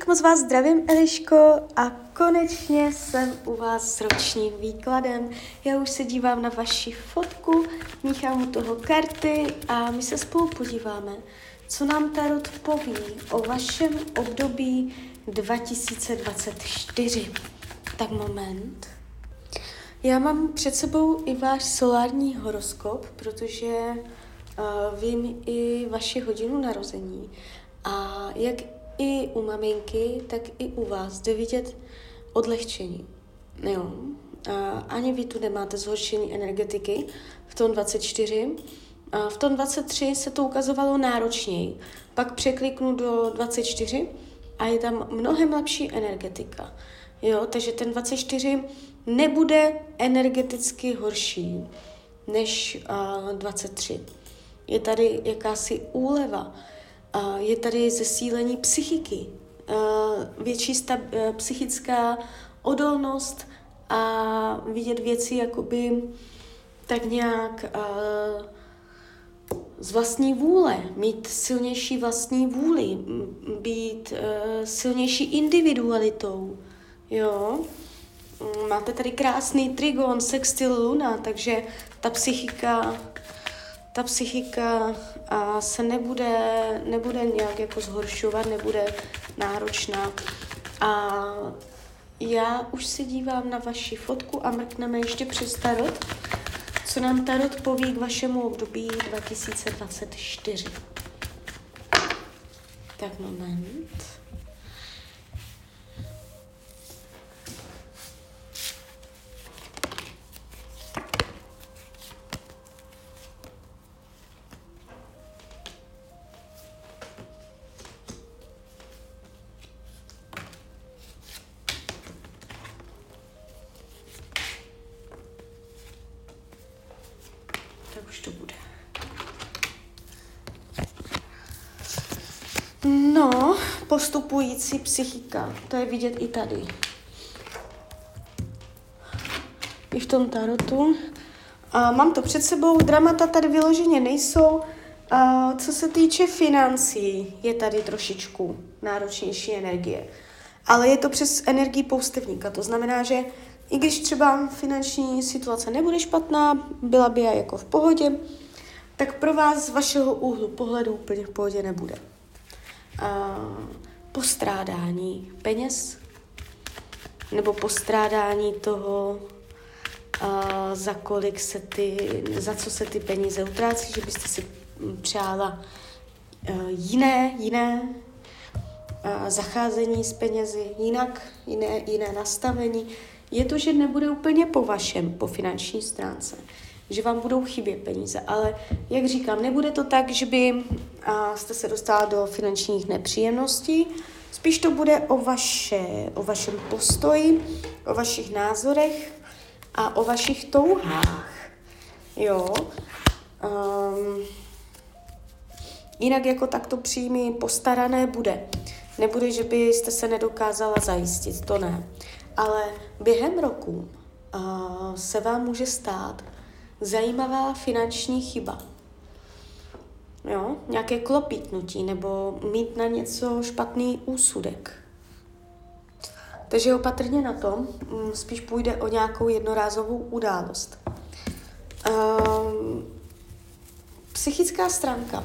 Tak moc vás zdravím, Eliško, a konečně jsem u vás s ročním výkladem. Já už se dívám na vaši fotku, míchám u toho karty a my se spolu podíváme, co nám Tarot poví o vašem období 2024. Tak moment. Já mám před sebou i váš solární horoskop, protože vím i vaši hodinu narození. A jak i u maminky, tak i u vás jde vidět odlehčení. Jo. Ani vy tu nemáte zhoršení energetiky v tom 24. V tom 23 se to ukazovalo náročněji. Pak překliknu do 24 a je tam mnohem lepší energetika. Jo, takže ten 24 nebude energeticky horší než 23. Je tady jakási úleva. Je tady zesílení psychiky, větší psychická odolnost a vidět věci jakoby tak nějak z vlastní vůle, mít silnější vlastní vůli, být silnější individualitou, jo. Máte tady krásný trigon, sextil luna, takže ta psychika se nebude nějak jako zhoršovat, nebude náročná. A já už se dívám na vaši fotku a mrkneme ještě přes Tarot, co nám Tarot poví k vašemu období 2024. Tak moment. Tak už to bude. No, postupující psychika, to je vidět i tady. I v tom tarotu. Mám to před sebou, dramata tady vyloženě nejsou. Co se týče financí, je tady trošičku náročnější energie. Ale je to přes energii poustevníka, to znamená, že i když třeba finanční situace nebude špatná, byla by jako v pohodě, tak pro vás z vašeho úhlu pohledu úplně v pohodě nebude. Postrádání peněz nebo postrádání toho, za co se ty peníze utrácí, že byste si přála jiné zacházení s penězi, jiné nastavení. Je to, že nebude úplně po vašem, po finanční stránce, že vám budou chybět peníze, ale jak říkám, nebude to tak, že by jste se dostala do finančních nepříjemností, spíš to bude o vašem postoji, o vašich názorech a o vašich touhách. Jo. Jinak jako takto příjmy postarané bude. Nebude, že byste se nedokázala zajistit, to ne. Ale během roku se vám může stát zajímavá finanční chyba. Jo? Nějaké klopítnutí nebo mít na něco špatný úsudek. Takže opatrně na tom, spíš půjde o nějakou jednorázovou událost. Psychická stránka.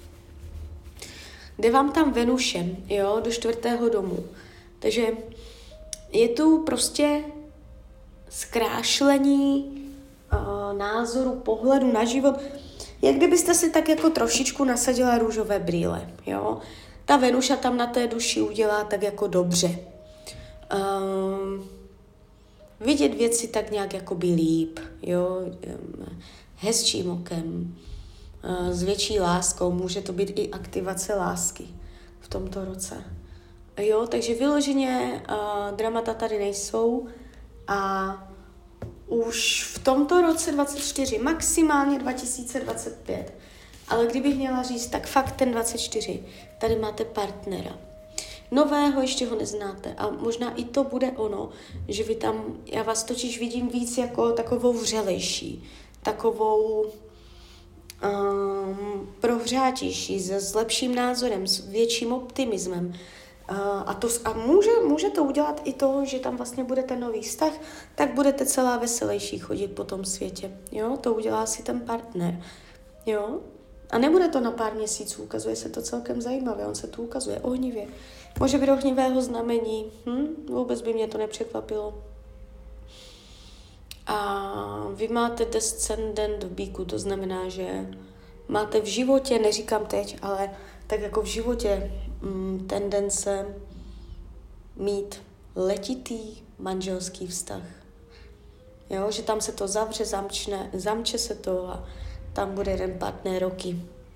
Jde vám tam Venušem, jo, do 4. domu. Takže je tu prostě zkrášlení názoru, pohledu na život, jak kdybyste si tak jako trošičku nasadila růžové brýle, jo. Ta Venuša tam na té duši udělá tak jako dobře. Vidět věci tak nějak jakoby líp, jo, hezčím okem, s větší láskou, může to být i aktivace lásky v tomto roce. Jo, takže vyloženě dramata tady nejsou a už v tomto roce 24, maximálně 2025, ale kdybych měla říct, tak fakt ten 24, tady máte partnera. Nového, ještě ho neznáte a možná i to bude ono, že vy tam, já vás totiž vidím víc jako takovou vřelejší, takovou prohřátější, s lepším názorem, s větším optimismem, A může to udělat i to, že tam vlastně bude ten nový vztah, tak budete celá veselější chodit po tom světě. Jo? To udělá si ten partner. Jo? A nebude to na pár měsíců, ukazuje se to celkem zajímavě, on se tu ukazuje ohnivě. Může být ohnivého znamení, vůbec by mě to nepřekvapilo. A vy máte descendent v býku, to znamená, že máte v životě, neříkám teď, ale tak jako v životě tendence mít letitý manželský vztah. Jo, že tam se to zavře, zamče se to a tam bude jeden partner roky.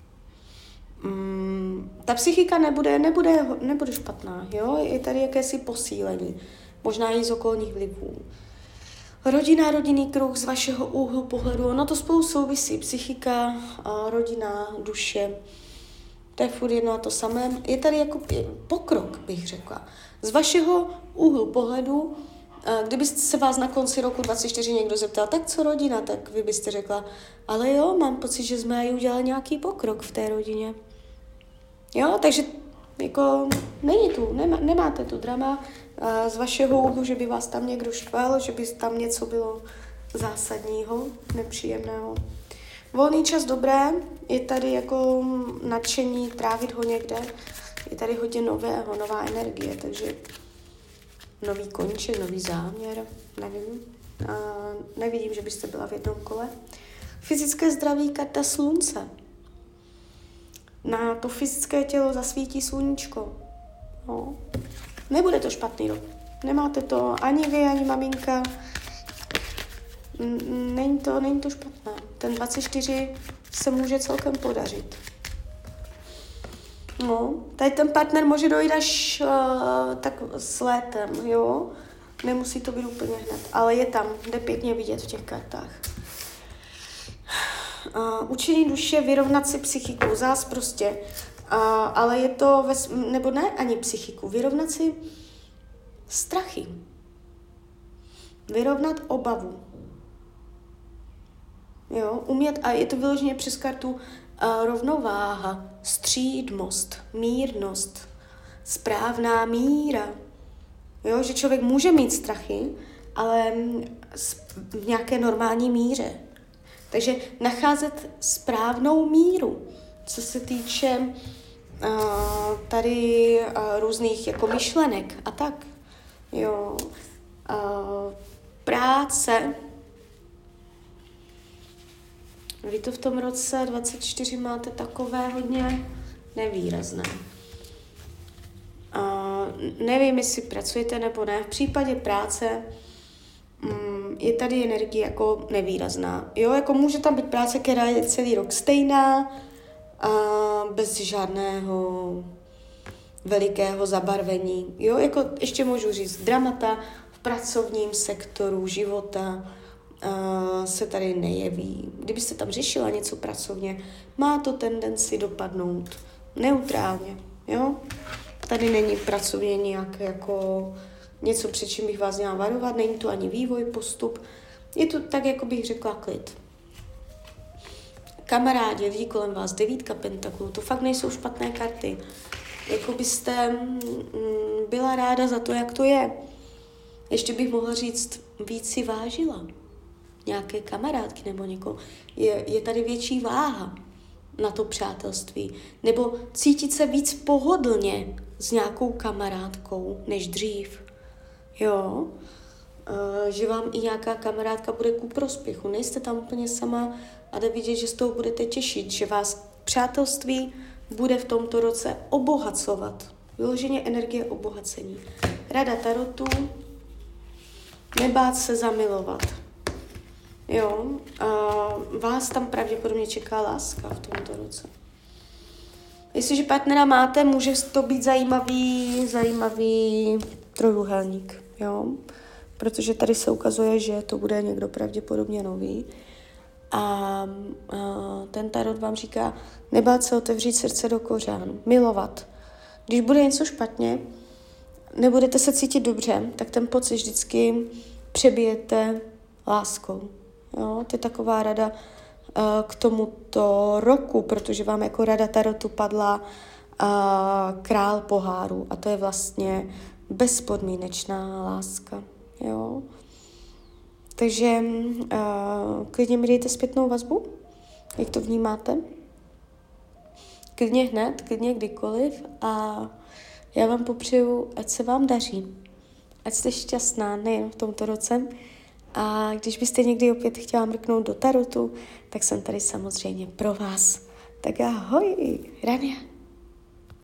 Ta psychika nebude špatná, jo? Je tady jakési posílení, možná i z okolních vlivů. Rodina, rodinný kruh z vašeho úhlu pohledu, ono to spolu souvisí, psychika, rodina, duše, to je furt jedno a to samé. Je tady jako pokrok, bych řekla. Z vašeho úhlu pohledu, kdybyste se vás na konci roku 2024 někdo zeptal, tak co rodina, tak vy byste řekla, ale jo, mám pocit, že jsme i udělali nějaký pokrok v té rodině. Jo, takže jako nemáte tu drama z vašeho úhlu, že by vás tam někdo štval, že by tam něco bylo zásadního, nepříjemného. Volný čas dobré, je tady jako nadšení trávit ho někde, je tady hodně nová energie, takže nový konček, nový záměr, nevím. Nevidím, že byste byla v jednom kole. Fyzické zdraví, karta slunce. Na to fyzické tělo zasvítí sluníčko. No. Nebude to špatný rok. Nemáte to ani vy, ani maminka. Není to špatné. Ten 24 se může celkem podařit. No, tady ten partner může dojít až tak s létem, jo. Nemusí to být úplně hned, ale je tam, jde pěkně vidět v těch kartách. Učení duše, vyrovnat si psychiku, zás prostě. Ale je to, nebo ne ani psychiku, vyrovnat si strachy. Vyrovnat obavu. Jo, umět, a je to vyloženě přes kartu rovnováha, střídmost, mírnost, správná míra. Jo, že člověk může mít strachy, ale v nějaké normální míře. Takže nacházet správnou míru, co se týče tady různých jako myšlenek a tak. Jo. Práce. Vy to v tom roce 24 máte takové hodně nevýrazné. Nevím, jestli pracujete nebo ne. V případě práce je tady energie jako nevýrazná. Jo, jako může tam být práce, která je celý rok stejná, bez žádného velikého zabarvení. Jo, jako ještě můžu říct dramata v pracovním sektoru života se tady nejeví. Kdybyste tam řešila něco pracovně, má to tendenci dopadnout neutrálně. Jo? Tady není pracovně nějak jako něco, před čím bych vás měla varovat, není to ani vývoj, postup. Je to tak, jako bych řekla, klid. Kamarádi, ví kolem vás, 9 pentaklů, to fakt nejsou špatné karty. Jako byste byla ráda za to, jak to je. Ještě bych mohla říct, víc si vážila nějaké kamarádky nebo někoho. Je tady větší váha na to přátelství. Nebo cítit se víc pohodlně s nějakou kamarádkou než dřív. Jo, že vám i nějaká kamarádka bude ku prospěchu. Nejste tam úplně sama a jde vidět, že z toho budete těšit, že vás přátelství bude v tomto roce obohacovat. Vyloženě energie obohacení. Rada tarotu, nebát se zamilovat. Jo, vás tam pravděpodobně čeká láska v tomto roce. Jestliže partnera máte, může to být zajímavý trojúhelník, jo, protože tady se ukazuje, že to bude někdo pravděpodobně nový a ten tarot vám říká, nebát se otevřít srdce do kořán, milovat. Když bude něco špatně, nebudete se cítit dobře, tak ten pocit vždycky přebijete láskou. Jo, to je taková rada k tomuto roku, protože vám jako rada tarotu padla král poháru a to je vlastně bezpodmínečná láska, jo. Takže klidně mi dejte zpětnou vazbu, jak to vnímáte. Klidně hned, klidně kdykoliv a já vám popřeju, ať se vám daří. Ať jste šťastná nejen v tomto roce. A když byste někdy opět chtěla mrknout do tarotu, tak jsem tady samozřejmě pro vás. Tak ahoj, Rania.